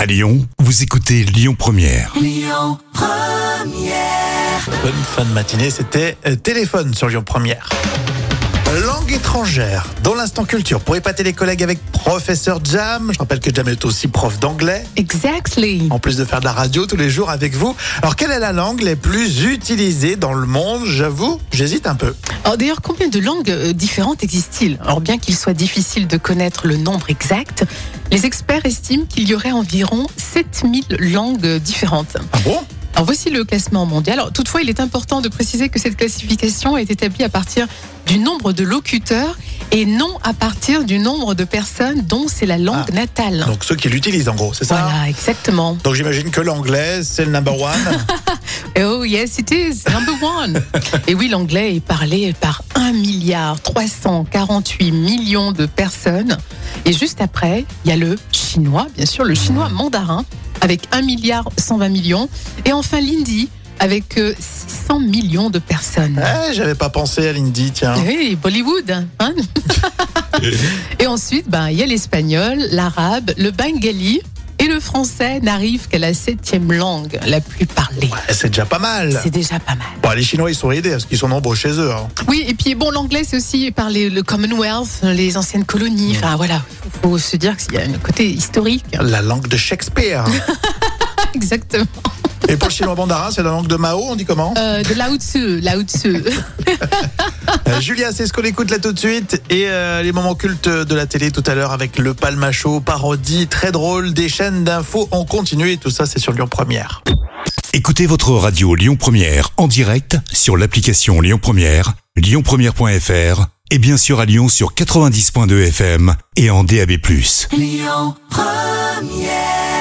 À Lyon, vous écoutez Lyon Première. Lyon Première. Bonne fin de matinée, c'était Téléphone sur Lyon Première. Langue étrangère, dans l'instant culture, pour épater les collègues avec Professeur Jam. Je rappelle que Jam est aussi prof d'anglais, Exactly. en plus de faire de la radio tous les jours avec vous. Alors, quelle est la langue la plus utilisée dans le monde? J'avoue, j'hésite un peu. Alors d'ailleurs, combien de langues différentes existent-ils? Alors bien qu'il soit difficile de connaître le nombre exact, les experts estiment qu'il y aurait environ 7000 langues différentes. Ah bon? Alors voici le classement mondial. Alors, toutefois, il est important de préciser que cette classification est établie à partir du nombre de locuteurs et non à partir du nombre de personnes dont c'est la langue natale. Donc, ceux qui l'utilisent, en gros, c'est ça? Voilà, exactement. Donc, j'imagine que l'anglais, c'est le number one. Oh yes, it is number one. Et oui, l'anglais est parlé par 1,348 milliard de personnes. Et juste après, il y a le chinois, bien sûr, le chinois mandarin, avec 1,120 milliard. Et enfin, l'hindi, avec 600 millions de personnes. J'avais pas pensé à l'hindi, tiens. Oui, Bollywood. Hein. Et ensuite, il y a l'espagnol, l'arabe, le bengali. Et le français n'arrive qu'à la 7e langue la plus parlée. Ouais, c'est déjà pas mal. C'est déjà pas mal. Bon, les Chinois, ils sont aidés parce qu'ils sont nombreux chez eux. Hein. Oui, et puis bon, l'anglais, c'est aussi parler le Commonwealth, les anciennes colonies. Enfin voilà, faut se dire qu'il y a un côté historique. La langue de Shakespeare. Exactement. Et pour le chinois mandarin, c'est la langue de Mao, on dit comment? De Lao Tzu, Lao Tzu. Julia, c'est ce qu'on écoute là tout de suite. Et les moments cultes de la télé tout à l'heure avec le Palmacho, parodie très drôle, des chaînes d'infos. On continue et tout ça, c'est sur Lyon Première. Écoutez votre radio Lyon Première en direct sur l'application Lyon Première, lyonpremière.fr et bien sûr à Lyon sur 90.2 FM et en DAB+. Lyon Première.